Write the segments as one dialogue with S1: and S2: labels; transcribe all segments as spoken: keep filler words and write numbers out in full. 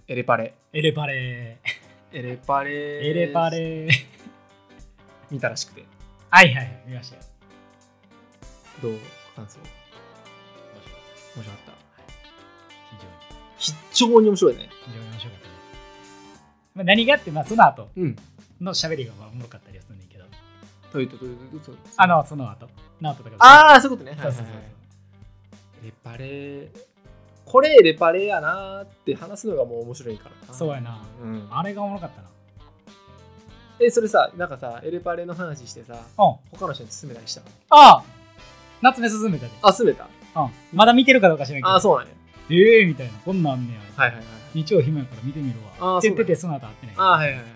S1: エレパレ
S2: エレパレ
S1: エレパレ
S2: エレパレ
S1: 見たらしくて、
S2: はいはい、見ましたよ。
S1: どう感想？面白かった。
S2: 非常に
S1: 非常に面白いね。
S2: 非常に面白かったね。まあ、何があって、まあ、その後の喋りがまあおもろかったりはするんだけど、
S1: どういうことどういうこと？
S2: あのその後ナオトとか、
S1: ああそういうことね。
S2: そうそうそうそう、
S1: はいはいはい、エレパレこれエレパレやなーって話すのがもう面白いからな。
S2: そうやな、
S1: うん、
S2: あれがおもろかったな。
S1: えそれさ、なんかさエレパレの話してさ、うん、他の人に勧めたりした？
S2: ああ夏目進めたで。
S1: あ、勧めた。
S2: うん、まだ見てるかどうか知らんけど。
S1: あ、そうなんや。
S2: ええー、みたいな、こんなんあんねや。
S1: はいはいはい。
S2: 日曜暇やから見てみるわ。
S1: あ、
S2: って言ってて、その後会ってない。
S1: あ、はいはいはい。うん。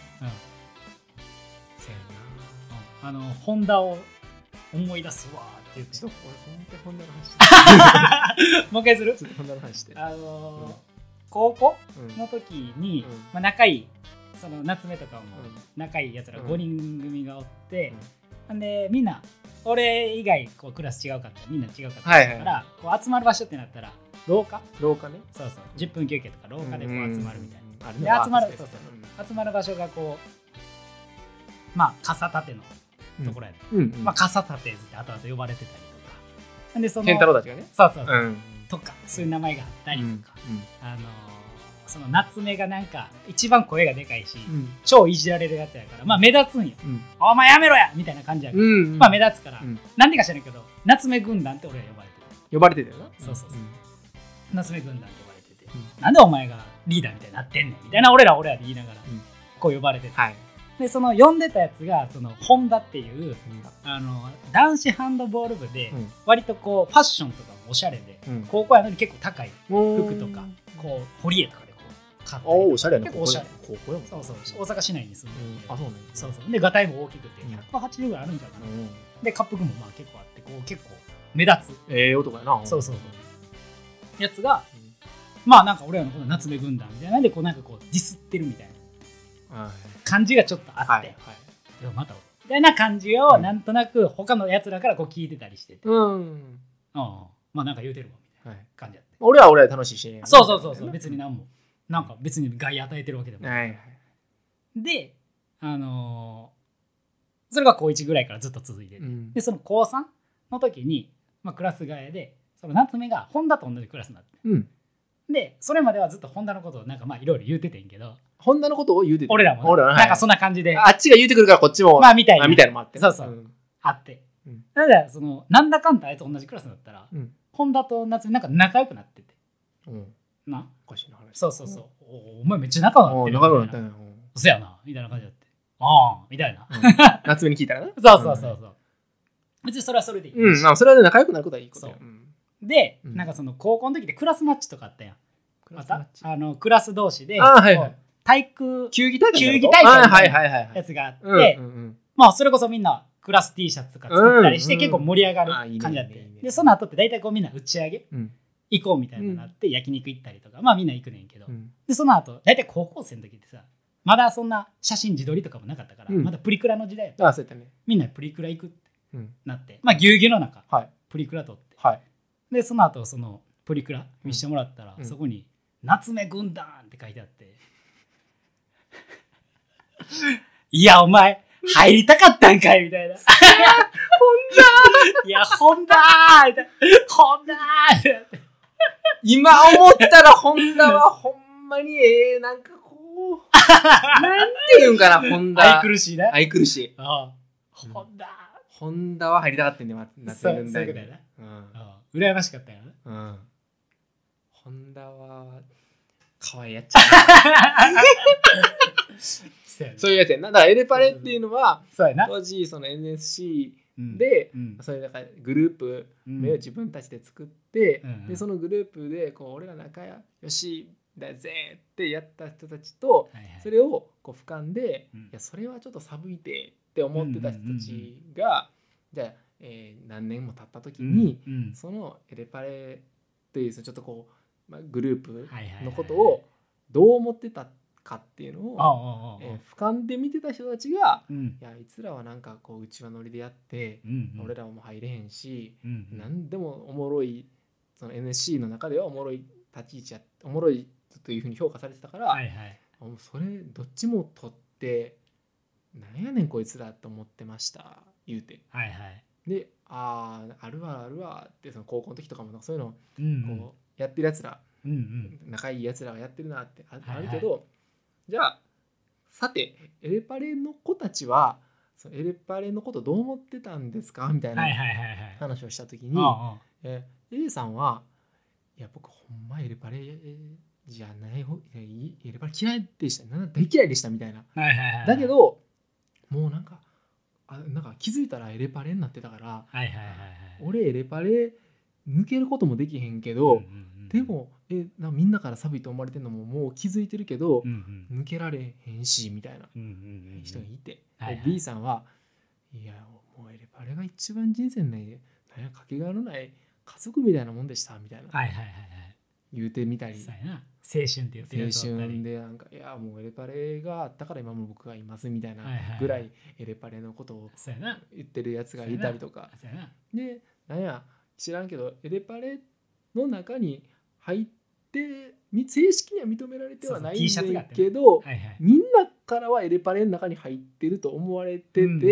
S2: せやな。あの、ホンダを思い出すわって言って。
S1: ちょっと俺、ホンダの話して。
S2: もう一回する？
S1: ちょっとホンダの話して。
S2: あのー、高校の時に、うん、まあ、仲いい、その夏目とかも仲いいやつらごにん組がおって、うん、で、みんな、俺以外こうクラス違うかったみんな違うかったから、はいはい、こう集まる場所ってなったら廊下
S1: 廊下ね、
S2: そうそうじゅっぷん休憩とか廊下でこう集まるみたいな、
S1: うん、
S2: で集まるそうそう、うん、集まる場所がこうまあ傘立てのところやった、うんうん、まあ傘立てって後々呼ばれてたりとかでその
S1: 健太郎たちがね
S2: そうそうそう、うん、とかそういう名前があったりとか、うんうん、あのーその夏目がなんか一番声がでかいし、うん、超いじられるやつやからまあ目立つんよ、うん、お前やめろやみたいな感じやから、うんうん、まあ目立つから、うん、なんでか知らんけど夏目軍団って俺は呼ばれてて
S1: 呼ばれてたよな、
S2: そうそうそう、うん、夏目軍団って呼ばれてて、うん、なんでお前がリーダーみたいになってんねんみたいな俺ら俺らで言いながら、うん、こう呼ばれてて、はい、でその呼んでたやつがその本田っていう、うん、あの男子ハンドボール部で、うん、割とこうファッションとかもおしゃれで、うん、高校やのに結構高い服とかこう堀江とか買ったり
S1: おしゃれな
S2: 結構おしゃれ
S1: 高校やもん。
S2: そうそう大阪市内に住んでて、
S1: うん、あそうね
S2: そうそうでガタイも大きくてひゃくはちじゅうぐらいあるんじゃないかな、うん、で滑覆もまあ結構あってこう結構目立つ
S1: ええ男やな
S2: そうそうそうやつが、うん、まあなんか俺らのこの夏目軍団みたいなんでこうなんかこうディスってるみたいな感じがちょっとあって、はいはい、でもまたみたいな感じをなんとなく他のやつらからこう聞いてたりしてて、うん、うん、まあなんか言うてるわみたいな感じやって、はい、
S1: 俺は俺は楽しいし、ね、
S2: そうそうそうそう別に何もなんか別に害与えてるわけでもない、はいはい、で、あのー、それが高いちぐらいからずっと続いてて、うん、でその高さんの時に、まあ、クラス替えでその夏目が本田と同じクラスになって、うん、でそれまではずっと本田のことをなんかまあいろいろ言うててんけど
S1: 本田のことを言うてて
S2: 俺らも、ね、らなんかそんな感じで、
S1: あっちが言うてくるからこっちも
S2: まあみたいな
S1: みたいなのもあって
S2: そうそう、うん、あって、うん、だからそのなんだかんだあいつ同じクラスだったら、うん、本田と夏目なんか仲良くなってて、うんなおかしいな話そうそうそう、うん、お, お前めっちゃ仲良くなってる
S1: 仲良くなったよ
S2: そやなみたいな感じだってああみたいな、
S1: うん、夏目に聞いたらな
S2: そうそうそうそう、うん、別にそれはそれでいいし、
S1: うんまあ、それは、ね、仲良くなることはいいことや、うん、
S2: で、うん、なんかその高校の時ってクラスマッチとかあったやんクラスマッチ、ま、あのクラス同士で
S1: あ、はいはい、
S2: 体育
S1: 球技大会
S2: 球技大会みたいなやつがあって、うんうんうん、まあそれこそみんなクラス T シャツとか作ったりして、うんうん、結構盛り上がる感じだって、いいねいいね、でその後って大体こうみんな打ち上げ、うん行こうみたいなのになって焼肉行ったりとか、うん、まあみんな行くねんけど、うん、でその後大体高校生の時ってさまだそんな写真自撮りとかもなかったから、うん、まだプリクラの時代やった、
S1: ああそうやったね、
S2: みんなプリクラ行くってなって、うん、まあぎゅうぎゅうの中、はい、プリクラ撮って、はい、でその後そのプリクラ見せてもらったら、うん、そこに夏目軍団って書いてあっていやお前入りたかったんかいみたいな。本田いや本田ーみたいな。本田ーって。
S1: 今思ったら本田はほんまにええなんかこうなんていうんかな本田。
S2: 愛くるしいな。
S1: 愛くるしい。
S2: ああ本田。
S1: 本田は入りたかったんでなってるんだよ。そういうことやな。
S2: うん。ああ羨ましかったよな。うん。
S1: 本田は可愛いやっちゃう。そういうやつやな。だからエレパレっていうのは当時その エヌエスシー で、うん、そういうなんかグループ名を自分たちで作って、うん、でそのグループでこう俺ら仲良しだぜってやった人たちと、はいはい、それをこう俯瞰で、うん、いやそれはちょっと寒いてって思ってた人たちが、じゃあ、えー、何年も経った時に、うんうん、そのエレパレっていうちょっとこう、まあ、グループのことをどう思ってたかっていうのを、えー、俯瞰で見てた人たちが、うん、いやあいつらはなんかこううちわ乗りでやって、うんうん、俺らも入れへんし、うんうん、何でもおもろいその エヌエスシー の中ではおもろい立ち位置やおもろいというふうに評価されてたから、
S2: はいはい、
S1: もうそれどっちも取ってなんやねんこいつらと思ってました言うて、
S2: はいはい、
S1: であああるわあるわってその高校の時とかもそういうのをこう、
S2: うんうん、
S1: やってるやつら、
S2: うんうん、
S1: 仲いいやつらがやってるなって あ,、
S2: はいはい、
S1: あるけど、じゃあさてエレパレの子たちはそのエレパレのことどう思ってたんですかみたいな話をした時に、え A さんはいや僕ほんまエレパレじゃない方エレパレ嫌いでしたなん大嫌いでしたみたいな、
S2: はいはいはいはい、
S1: だけどもうなんかあなんか気づいたらエレパレになってたから、
S2: はいはいはいはい、
S1: 俺エレパレ抜けることもできへんけど、うんうんうん、でもえなみんなから寒いと思われてるのももう気づいてるけど、うんうん、抜けられへんしみたいな人がいて、うんうんうん、B さんはいやもうエレパレが一番人生のねなんやかけがえのない家族みたいなもんでしたみたいな、
S2: はいはいはいはい、
S1: 言うてみたり、
S2: そうやな青春って言ってるやつだったり、
S1: 青春でなんかいやもうエレパレがあったから今も僕がいますみたいなぐらいエレパレのことを言ってるやつがいたりとかで、なんや知らんけどエレパレの中に入って正式には認められてはないんだけど、はいはい、みんなからはエレパレの中に入ってると思われてて、うんうんうん、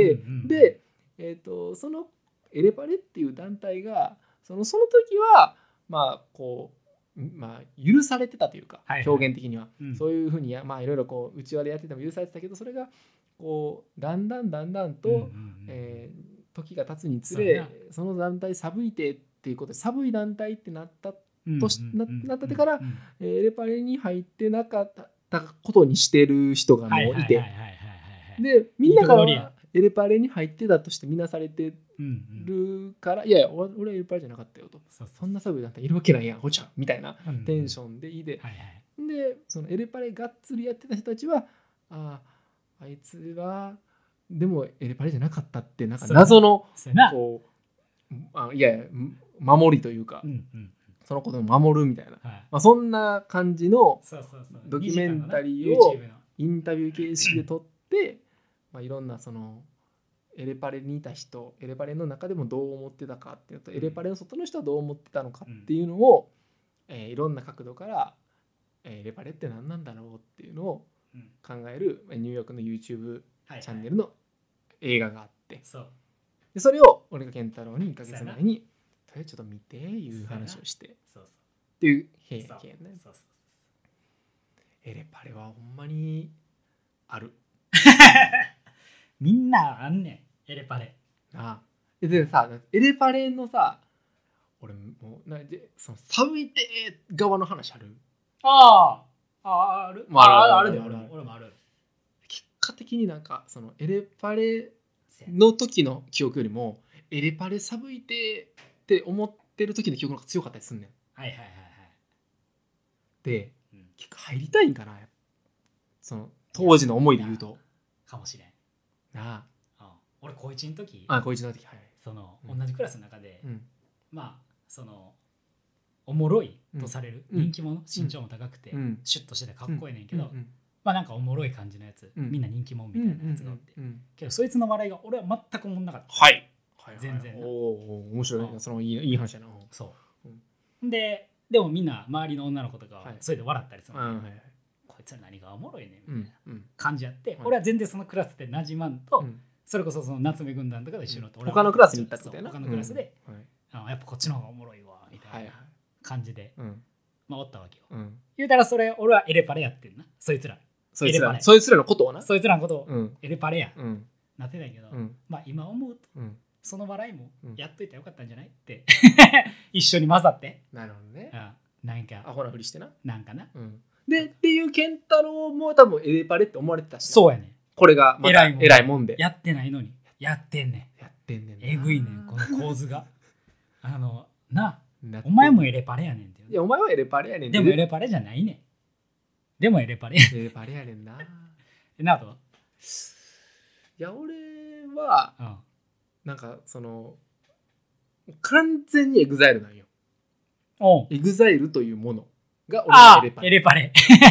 S1: で、えーと、そのエレパレっていう団体がそのその時はまあこうまあ、許されてたというか、はいはい、表現的には、うん、そういうふうにまあいろいろこう内輪でやってても許されてたけど、それがこうだんだんだんだんと、うんうんうん、えー、時が経つにつれ そ, その団体寒いてっていうことで寒い団体ってなったとし、うんうんうん、な, なったてから、うんえー、エレパレに入ってなかったことにしてる人がもういて、でみんなからはエレパレに入ってたとして見なされてるから、うんうん、いやいや俺はエレパレじゃなかったよと、そうそうそう、そんなサブなんているわけないやんほちゃんみたいなテンションでいいで、うんうんはいはい、でそのエレパレがっつりやってた人たちはああいつはでもエレパレじゃなかったってなんか謎のこうあいやいや守りというか、うんうん、そのことを守るみたいな、はいまあ、そんな感じのドキュメンタリーをインタビュー形式で撮ってまあ、いろんなそのエレパレにいた人エレパレの中でもどう思ってたかっていうと、うん、エレパレの外の人はどう思ってたのかっていうのを、うんえー、いろんな角度から、えー、エレパレって何なんだろうっていうのを考える、うん、ニューヨークの YouTube チャンネルの映画があって、はいはい、でそれを俺が健太郎にいっかげつまえにそれちょっと見ていう話をしてそうそうっていう経験ね。そうそうそうエレパレはほんまにある
S2: みんなあんねんエレパレ
S1: ああでさエレパレのさ俺もうなんでその寒いて側の話ある
S2: あああある、まあ、あるあるある俺もある
S1: 結果的になんかそのエレパレの時の記憶よりもエレパレ寒いてって思ってる時の記憶の方が強かったりすんねん
S2: はいはいはいはい
S1: で、うん、結構入りたいんかなその当時の思いで言うと
S2: かもしれん
S1: なあ、
S2: ああ俺高一の時
S1: あ高一の時はい
S2: その、うん、同じクラスの中で、うん、まあそのおもろいとされる、うん、人気者、身長も高くて、うん、シュッとしててかっこいいねんけど、うんうん、まあなんかおもろい感じのやつ、うん、みんな人気者みたいなやつがおって、うんうんうん、けどそいつの笑いが俺は全くおもんなかった
S1: はい、はい、
S2: 全然
S1: おお面白いそのいい、いい話やな
S2: そう、うん、ででもみんな周りの女の子とかはそれで笑ったりするの、はいはいはい、こいつは何がおもろいねんみたいな感じやって、うんうん、俺は全然そのクラスで馴染まんと、うん、それこそその夏目軍団とかで一緒になって、
S1: うん、他のクラスに行ったってことやな
S2: 他のクラスで、うんはい、あやっぱこっちの方がおもろいわみたいな感じで、はいはいまあ、おったわけよ、うん、言うたらそれ俺はエレパレやってんなそいつら
S1: そいつらそいつらのことをな
S2: そいつらのことを、うん、エレパレや、うん、なってないけど、うん、まあ今思うと、うん、その笑いもやっといたらよかったんじゃないって一緒に混ざって
S1: なるほどね、
S2: うん、なんか
S1: アホなふりしてな
S2: なんかな、
S1: うんでっていう健太郎も多分エレパレって思われてたし
S2: そうやね
S1: これがまたえらいもんで
S2: やってないのにやってんね
S1: んやってんねん
S2: えぐいねんこの構図があのなお前もエレパレやねんって
S1: いやお前はエレパレやねん
S2: でもエレパレじゃないねんでもエレパレ
S1: エレパレやねんな
S2: えなあとい
S1: や俺は、うん、なんかその完全にエグザイルなんよおエグザイルというものが俺はエレパレ。エレパレ。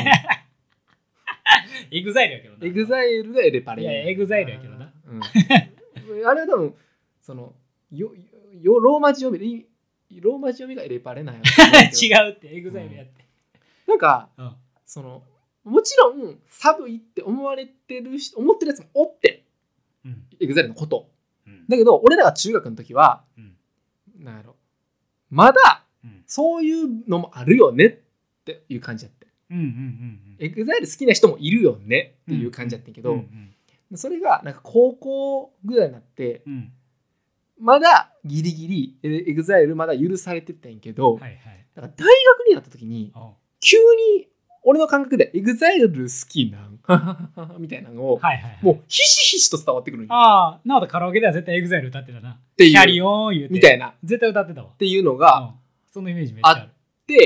S2: エグザイルやけどな。
S1: エグザイルがエレパレ。
S2: いやエグザイルやけどな。
S1: うん、あれは多分そのよよローマ字読みでローマ字読みがエレパレなんや。
S2: 違うってエグザイルやって。
S1: うん、なんか、うん、 そのもちろん寒いって思われてる人思ってるやつもおって、うん、エグザイルのこと、うん、だけど俺らが中学の時は、うん、なんやろまだ、うん、そういうのもあるよねっていう感じやって、うんうんうんうん、エグザイル好きな人もいるよねっていう感じやってんけど、うんうんうん、それがなんか高校ぐらいになって、うん、まだギリギリエグザイルまだ許されてたんやけど、はいはい、だから大学になった時に急に俺の感覚でエグザイル好きなんみたいなのを、はいはいはい、もうひしひしと伝わってくるんよ。
S2: ああ、なおとカラオケでは絶対エグザイル歌ってたな。っていうキャリオン言うてみたいな絶対歌ってたわ
S1: っていうのが、うん、
S2: そのイメージめっちゃある。あって、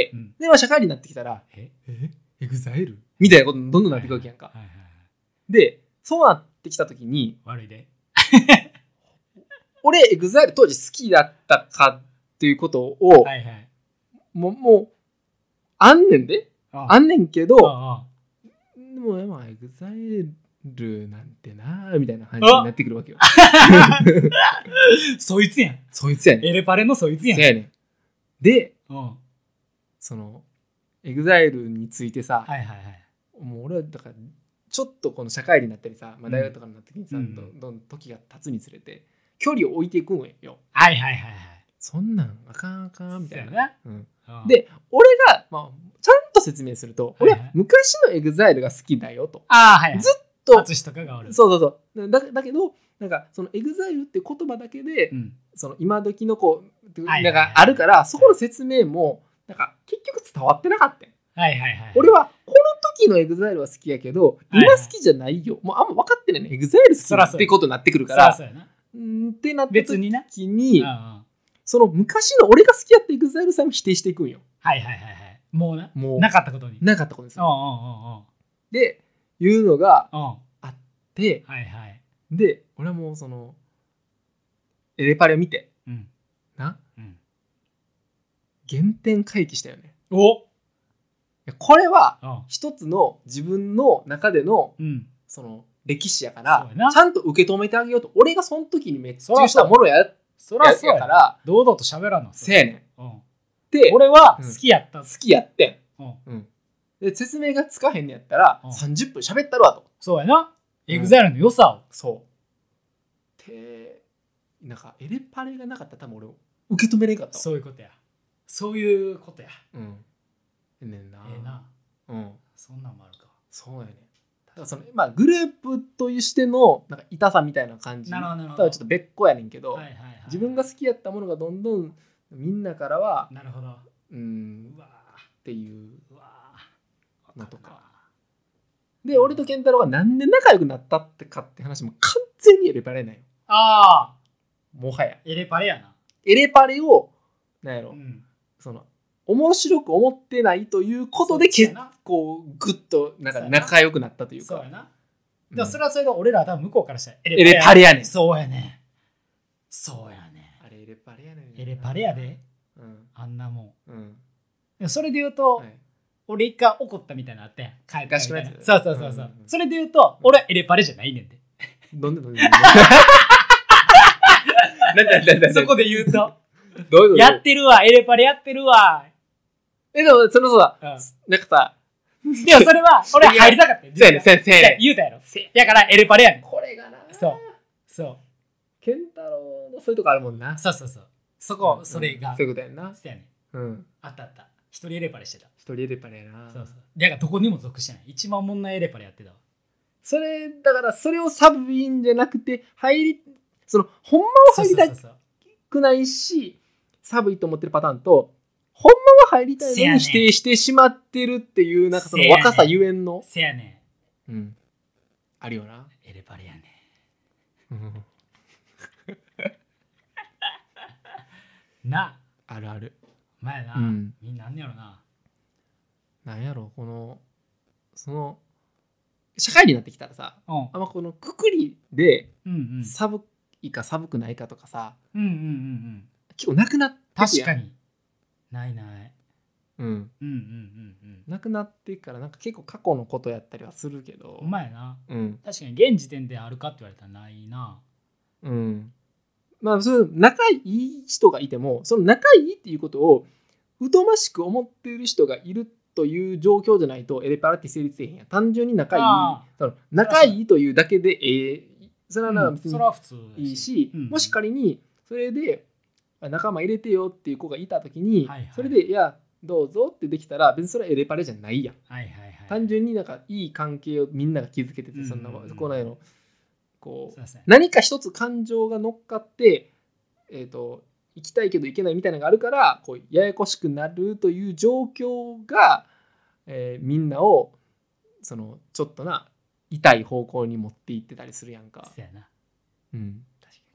S1: うん、でまあ社会になってきたらええエグザイルみたいなことにどんどんなっていくわけやんか。はいはいはいはい、でそうなってきた時に
S2: 悪いで
S1: 俺エグザイル当時好きだったかっていうことを、はいはい、もうもうあんねんで。あ, あんねんけどああでもまあエグザイルなんてなみたいな話になってくるわけよ
S2: そいつやん
S1: そいつやねん
S2: エレパレのそいつやん。
S1: そうやねんでそのエグザイルについてさ、はいはいはい、もう俺はだからちょっとこの社会人になったりさ、まあ、大学とかになった時にさ、うん、どんどん時が経つにつれて距離を置いていくんよ。
S2: はいはいはいはい。
S1: そんなんあかんあかんみたいな、うん、で俺が、まあ、ちゃんと説明すると、はいはい、俺は昔のエグザイルが好きだよと。
S2: あ、はいはい、
S1: ずっと
S2: 淳とかがおる。
S1: そうそうそうだだけどなんかそのエグザイルって言葉だけで、うん、その今時のこうなんかあるから、はいはいはい、そこの説明もなんか結局伝わってなかった。
S2: はいはいはい、
S1: 俺はこの時のエグザイルは好きやけど今好きじゃないよ、はいはい、もうあんま分かってないねエグザイル好きってことになってくるから
S2: そうそうやな
S1: うんってなった時に
S2: 別にな
S1: その昔の俺が好きやったエグザイルさんも否定していくんよ。
S2: はいはいはいはい。もうな、もうなかったことに。
S1: なかったことですよ。
S2: おうおうおうおう
S1: で、いうのがあって、
S2: はいはい。
S1: で、俺はもうそのエレパレを見て、うん、な、うん、原点回帰したよね。
S2: お、
S1: これは一つの自分の中での、うん、その歴史やからちゃんと受け止めてあげようと。俺がその時にめっちゃしたものやっ
S2: そらそうやから堂々と喋らんの。
S1: せやねん、うん、
S2: で俺は好きやった、
S1: うん、好きやってん、うんうん、で説明がつかへんのやったら、うん、さんじゅっぷん喋ったるわと。
S2: そうやな、エグザイルの良さを、
S1: そうってなんかエレパレがなかったら多分俺を受け止めれんかった。
S2: そういうことやそういうことや。
S1: うんえねんな
S2: ええな、うん、そんなんもあるか。
S1: そうやね。だからそのまあグループとしてのなんか痛さみたいな感じとはちょっと別個やねんけど、はいはいはいはい、自分が好きやったものがどんどんみんなからは
S2: なるほど
S1: うんうわっていうのとかで、俺と健太郎がなんで仲良くなったってかって話も完全にエレパレないよ。
S2: ああ
S1: もはや
S2: エレパレやな。
S1: エレパレをなんやろ、うん、その面白く思ってないということで結構グッとなんか仲良くなったというか。
S2: そうやな。でもそれはそれで俺らは多分向こうからしたら
S1: エレパレやねん。
S2: そうやね。そうやね。
S1: あれエレパレやねん。
S2: エレパレやで。うん、あんなもん。うん。でそれで言うと、はい、俺一回怒ったみたいなのあってん。帰ってみたいな。そうそうそうそう。うんうんうん、それで言うと、俺はエレパレじゃないねんで。
S1: どんでどんで。
S2: そこで言うと。どういうことやってるわエレパレやってるわ。
S1: えでもそのそうだ、うん、なんかさ
S2: でもそれは俺入りたかったよ。
S1: そうやね先生
S2: 言うたやろ。だからエレパレやねん。
S1: これがな
S2: そうそう
S1: 健太郎のそういうとこあるもんな。
S2: そうそうそうそこ、うん、それが、
S1: うん、そういうことやんな。
S2: そうやねん、うん、あったあった一人エレパレしてた。
S1: 一人エレパレやな。
S2: そうそうだからどこにも属してない一番もんなエレパレやってたわ。
S1: それだからそれをサブインじゃなくて入りそのほんまは入りたくないしサブイと思ってるパターンとほんまは入りたいのに否定してしまってるっていうなんかその若さゆえんの
S2: せやね
S1: ん、うん、あるよな。
S2: エレパレやねな
S1: あるある
S2: まやな、うん、みんななんやろな
S1: なんやろこのその社会になってきたらさ、うん、あんまこのくくりで寒いか寒くないかとかさ、うんうんうんうん、結構なくなってくやん。
S2: 確かにないない、
S1: うん、うんうんうんうんなくなっていくからなんか結構過去のことやったりはするけど
S2: うまいな、うん、確かに現時点であるかって言われたらないな。
S1: うんまあその仲いい人がいてもその仲いいっていうことを疎ましく思っている人がいるっという状況じゃないとエレパレって成立せえへんやん。単純に仲いい、その仲いいというだけでええそれはな別にいいし、うん、もし仮にそれで仲間入れてよっていう子がいた時に、はいはい、それでいやどうぞってできたら別にそれはエレパレじゃないやん、はいはいはい、単純になんかいい関係をみんなが築けてて、うん、そんなそこらへのこう何か一つ感情が乗っかってえっと行きたいけど行けないみたいなのがあるからこうややこしくなるという状況が、えー、みんなをそのちょっとな痛い方向に持っていってたりするやんか。
S2: そうやな。
S1: うん。確かに。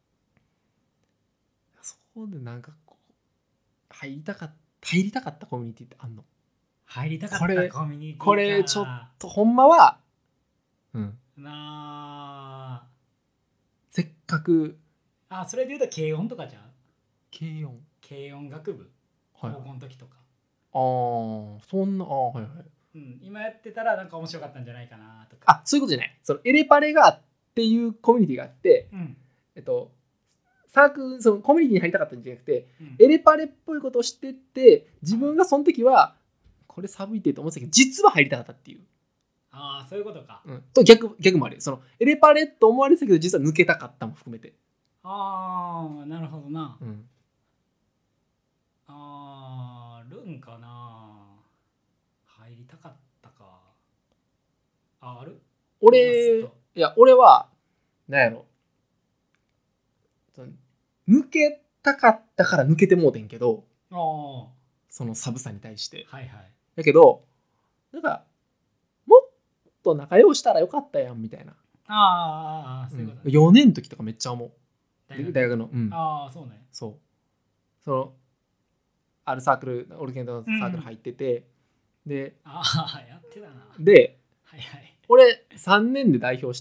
S1: そこでなんかこう入りたかった入りたかったコミュニティってあんの？
S2: 入りたかったコミュニティか。
S1: これちょっとほんまは、うん。
S2: なあ。
S1: せっかく。
S2: あ、それで言うと軽音とかじゃん。
S1: 軽音。
S2: 軽音楽部。はい、高校の時とか。
S1: ああ、そんな、ああ、はいはい。
S2: うん、今やってたらなんか面白かったんじゃないかなとか。
S1: あ、そういうことじゃない。そのエレパレがっていうコミュニティがあって、うん、えっとサークルそのコミュニティに入りたかったんじゃなくて、うん、エレパレっぽいことをしてって自分がその時はこれ寒いってと思ってたけど実は入りたかったっていう。
S2: ああ、そういうことか。
S1: うん、と逆逆もあるよ。そのエレパレと思われてたけど実は抜けたかったも含めて。
S2: ああ、なるほどな。
S1: うん、
S2: ああ、ルンかな。入りたかったか。あ、ある？
S1: 俺、いや、俺は、なんやろ。抜けたかったから抜けてもうてんけど、あその寒さに対して。はいはい。だけど、なんか、もっと仲良くしたらよかったやん、みたいな。
S2: ああ、そういうこと、ね
S1: うん。よねんの時とかめっちゃ思う。大学, 大学の。うん、
S2: ああ、そうね。
S1: そう。その、あるサークル、オルケンドのサークル入ってて、うん、で、
S2: ああ、やってたな。
S1: で、
S2: はいはい、
S1: 俺さんねんで代表して、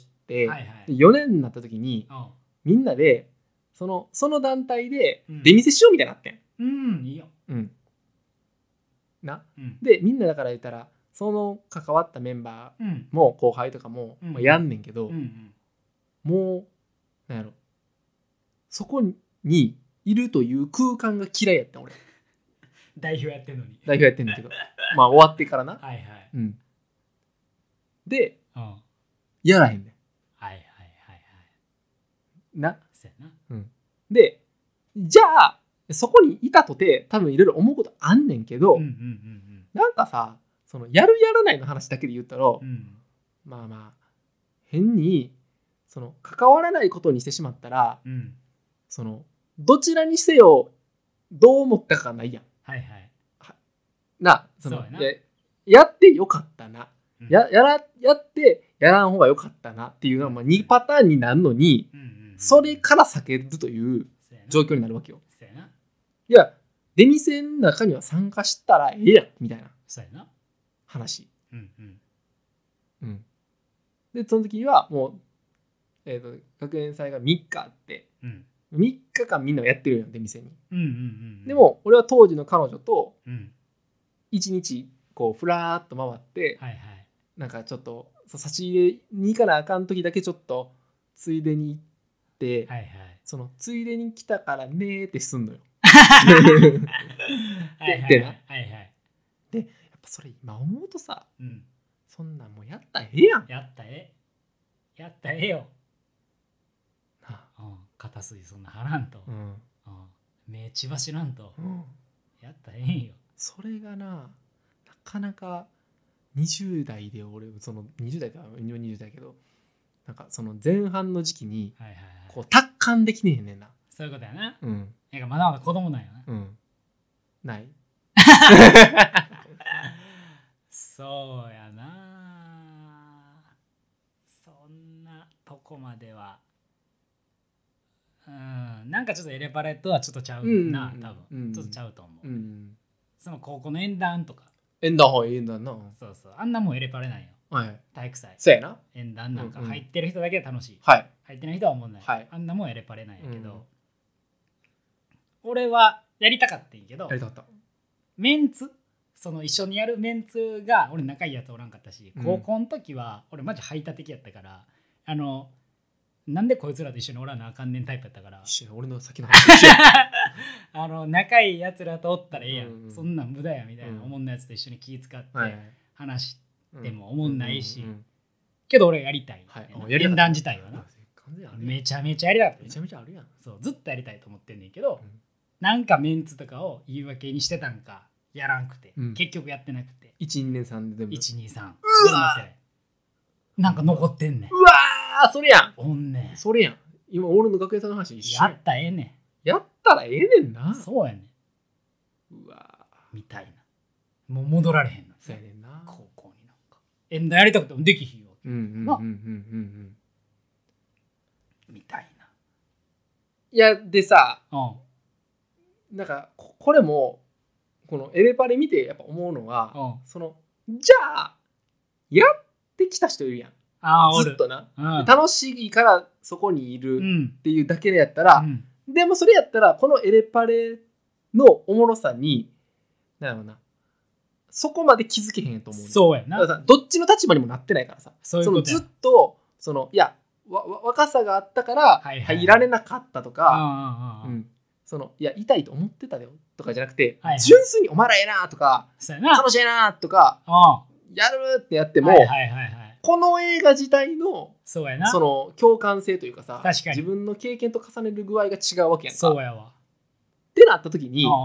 S1: はいはい、よねんになった時にみんなでそのその団体で出店しようみたいになってん。
S2: うん、うん、いいよ。
S1: うん。な、うん、でみんなだから言ったらその関わったメンバーも後輩とかも、うんまあ、やんねんけど、うんうん、もうなんやろそこにいるという空間が嫌いやった俺。
S2: 代表やってんのに。
S1: 代表やってんねんけどまあ終わってからな。
S2: はいはい。
S1: うん。で、うん、やらへんねん。
S2: はいはいはいはい。
S1: な。
S2: そうやな。
S1: うん。で、じゃあそこにいたとて多分いろいろ思うことあんねんけど、うんうんうんうん、なんかさ、そのやるやらないの話だけで言ったら、うん、まあまあ変にその関わらないことにしてしまったら、うん、そのどちらにせよどう思ったかないやん。はいはい。はな、そのそうやな。や、やってよかったな。や, や, らやってやらん方が良かったなっていうのはまあにパターンになるのに、うんうんうん、それから避けるという状況になるわけよ。そうやな。いや出店の中には参加したらええやんみたいな話。うんうんうん、でその時にはもう、えー、と学園祭がみっかあって、うん、みっかかんみんなやってるよ出店に、うんうんうんうん、でも俺は当時の彼女といちにちこうふらーっと回って、はいはい、なんかちょっと差し入れに行かなあかん時だけちょっとついでに行って、はいはい、そのついでに来たからねーってすんのよ。で, でな、はいはい、でやっぱそれ今思うとさ、うん、そんなんもうやったらええやん。
S2: やったええやったええよ。なあ、うん、肩筋そんな張らんと、うんうん、目血走らんと、うん、やったらええんよ。
S1: それがななかなかにじゅう代で俺そのにじゅう代かにじゅう代だけどなんかその前半の時期にこう達観できねえねんな。
S2: そういうことやな。うん。なんかまだまだ子供なんやな。
S1: うん。ない。
S2: そうやな。そんなとこまでは。うん。なんかちょっとエレパレとはちょっとちゃうな、うん、多分、うん。ちょっとちゃうと思う。うん、その高校の演談とか。
S1: 演談はい演談な。
S2: そうそう。あんなもんエレパレなんよ。はい、体育祭。
S1: そうやな。
S2: 演談なんか入ってる人だけで楽しい。
S1: うんうん、はい。
S2: 入ってない人は思わない。はい、あんなもんエレパレなんやけど、うん、俺はやりたかったんやけど、
S1: やりたかった。
S2: メンツ、その一緒にやるメンツが俺仲いいやつおらんかったし、うん、高校の時は俺マジ排他的やったから、あのなんでこいつらと一緒におらなあかんねんタイプやったから、
S1: 一緒俺の先の話一緒
S2: あの仲いいやつらとおったらええやん、
S1: うんうん、
S2: そんなん無駄やみたいな、おもんないやつと一緒に気使って話してもおもんないし、けど俺やりたい、はい、演談自体はなめちゃめちゃやりたい、
S1: めちゃめちゃあるやん、
S2: そうずっとやりたいと思ってんねんけど、うん、なんかメンツとかを言い訳にしてたんかやらんくて、うん、結局やってなくて
S1: いちにねんさんで全部
S2: いちにさんうわなんか残ってんねん、
S1: うわーそれやん
S2: おんねん
S1: それやん今俺の学園さんの話一緒
S2: やったらええね
S1: んやったらええねんな
S2: そうやね
S1: んうわ
S2: みたいなもう戻られへんの
S1: そうやねんな
S2: 高校になんか演談やりたくてもできひんよ
S1: うんうんうんうんうんうん
S2: みたいない
S1: やでさ、
S2: うん、
S1: なんかこれもこのエレパレ見てやっぱ思うのは、うん、そのじゃあやってきた人いるやん
S2: あ
S1: ずっとな、
S2: うん、
S1: 楽しいからそこにいるっていうだけでやったら、うん、でもそれやったらこのエレパレのおもろさになんだろうなそこまで気づけへんと思う。
S2: そうやな。
S1: だからさどっちの立場にもなってないからさ、
S2: そういうこと
S1: そのずっとそのいやわ若さがあったから入られなかったとか、そのいや痛いと思ってたよとかじゃなくて、はいはい、純粋にお前らええなとか楽しいなとかやるってやっても、はいはいはいはい、この映画自体の
S2: そうやな
S1: その共感性というかさ、
S2: 確かに
S1: 自分の経験と重ねる具合が違うわけやんか。
S2: そうやわ
S1: ってなった時に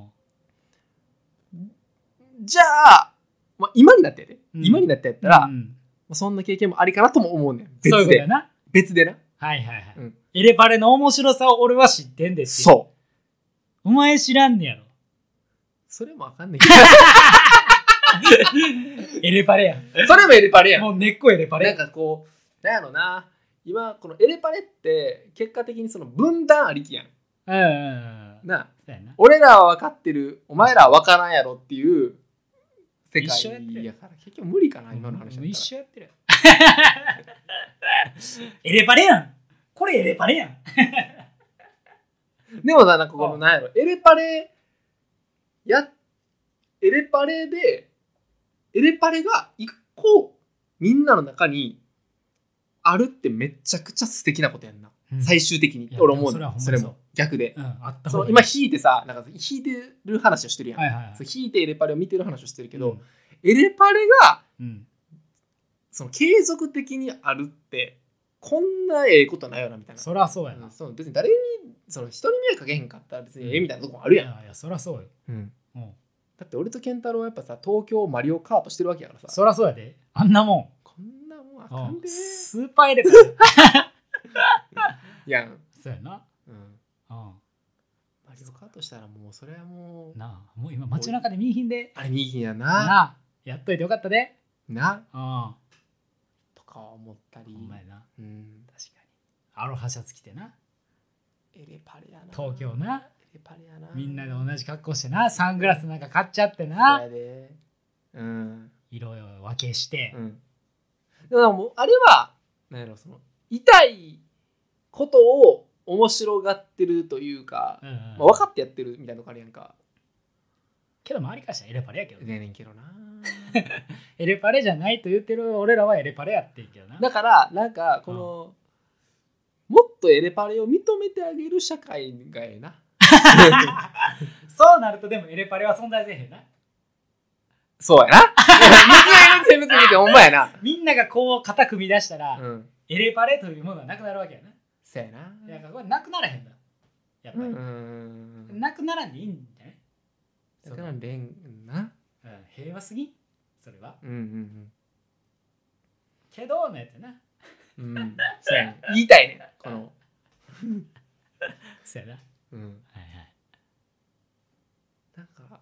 S1: じゃあ、まあ、今になってやで、うん、今になってやったら、うん、そんな経験もありかなとも思うねん。別で
S2: そういうことやな
S1: 別でな
S2: はいはいはい、うん、エレパレの面白さを俺は知ってんですよ。そうお前知らんねやろ。
S1: それもあかんねんけど
S2: エレパレやん。
S1: それもエレパレやん。
S2: もう根っこエレパレ。
S1: なんかこうなんやろな、今このエレパレって結果的にその分断ありきやん。
S2: うんうんうん
S1: なあ俺らは分かってるお前らは分からんやろっていう世界やから結局無理かな、今の話だったら。
S2: 一緒やってるエレパレやん。これエレパレやん
S1: でもさ、なんかこのなんやろ、エレパレやエレパレでエレパレが一個みんなの中にあるってめちゃくちゃ素敵なことやんな、うん、最終的に俺思うの。それも逆で、うん、あったその今引いてさ、なんか引いてる話をしてるやん、はいはいはい、そう引いてエレパレを見てる話をしてるけど、うん、エレパレが、うん、その継続的にあるってこんなええことないよなみたいな。
S2: そりゃそうやな、
S1: うん、その別に誰にその人に迷惑かけへんかったら別にええみたいなとこもあるやん。
S2: いやいやそりゃそうよ、
S1: うんうん、だって俺と健太郎はやっぱさ東京マリオカートしてるわけやからさ。
S2: そりゃそうやで、あんなもん
S1: こんなもんあかんで、
S2: スーパーエレパレ
S1: やん。
S2: そうやな、
S1: うん、マリオカートしたらもうそれはもう
S2: なあ、もう今街中で見いひんで、
S1: あれ見いひんやな
S2: なあ、やっといてよかったで
S1: な
S2: あ
S1: とか思ったり。
S2: お前な、
S1: うん、
S2: 確かにアロハシャツ着てな、
S1: エレパレやな、
S2: 東京な、
S1: エレパレやな、
S2: みんなで同じ格好してな、サングラスなんか買っちゃってな、
S1: そうやで、うん、
S2: 色を分けして、うん、
S1: でももうあれはなんやろ、その痛いことを面白がってるというか、うんうん、まあ、分かってやってるみたいなのがあるやんか。
S2: けど周りからしたらエレパレやけど
S1: ね。ねんけどな
S2: エレパレじゃないと言ってる俺らはエレパレやってんけどな。
S1: だからなんかこの、うん、もっとエレパレを認めてあげる社会がええな
S2: そうなるとでもエレパレは存在せえへんな。
S1: そうやなむずいむずいむずいむずいほんまやな。
S2: みんながこう肩組み出したら、うん、エレパレというものはなくなるわけやな。
S1: そうやな。
S2: いやこれなくならへんだやっぱり、うん、なくならんでいいんじゃない。
S1: なくならんでんな、
S2: うん、平和すぎそれは、
S1: うんうんうん、
S2: けどのやつやな、
S1: うん、そうやね言いたいねこの
S2: そうやな、
S1: うん、はいはい、なんか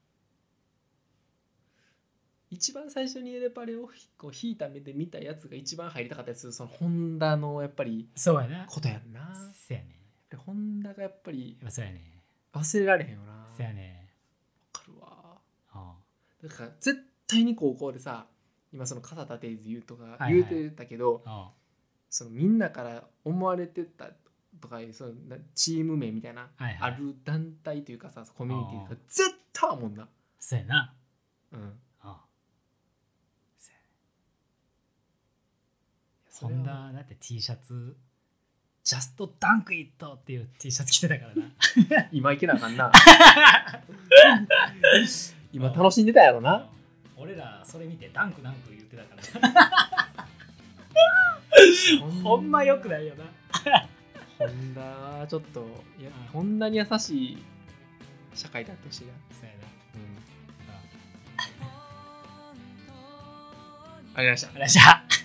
S1: 一番最初にエレパレをこう引いた目で見たやつが一番入りたかったやつ、そのホンダのやっぱり
S2: そうやな
S1: ことやんな。
S2: そうやね、
S1: ホンダがやっぱり
S2: そうやね、
S1: 忘れられへんよな。
S2: そうやね、
S1: わかるわ。ああ、だから絶対に高校でさ、今その傘立てず言うとか言うてたけど、はいはい、そのみんなから思われてたとかそのチーム名みたいな、はいはい、ある団体というかさ、コミュニティが絶対あるもんな。
S2: そうやな、
S1: うん、ああ、
S2: ホンダだって T シャツジャストダンクイットっていう T シャツ着てたからな
S1: 今行けなあかんな今楽しんでたやろな。
S2: 俺らそれ見てダンクダンク言ってたからほんまよくないよな
S1: ホンダちょっといやこんなに優しい社会だってほしいな。そうやな、うん、ありがとうございました。
S2: ありがとうございました。